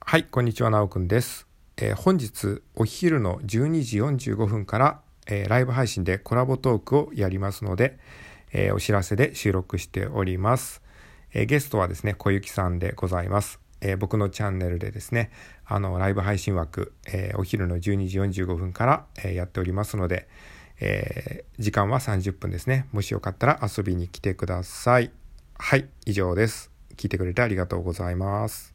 はい、こんにちは、なおくんです。本日お昼の12時45分から、ライブ配信でコラボトークをやりますので、お知らせで収録しております。ゲストはですね、小雪さんでございます。僕のチャンネルでですね、ライブ配信枠、お昼の12時45分から、やっておりますので、時間は30分ですね。もしよかったら遊びに来てください。はい、以上です。聞いてくれてありがとうございます。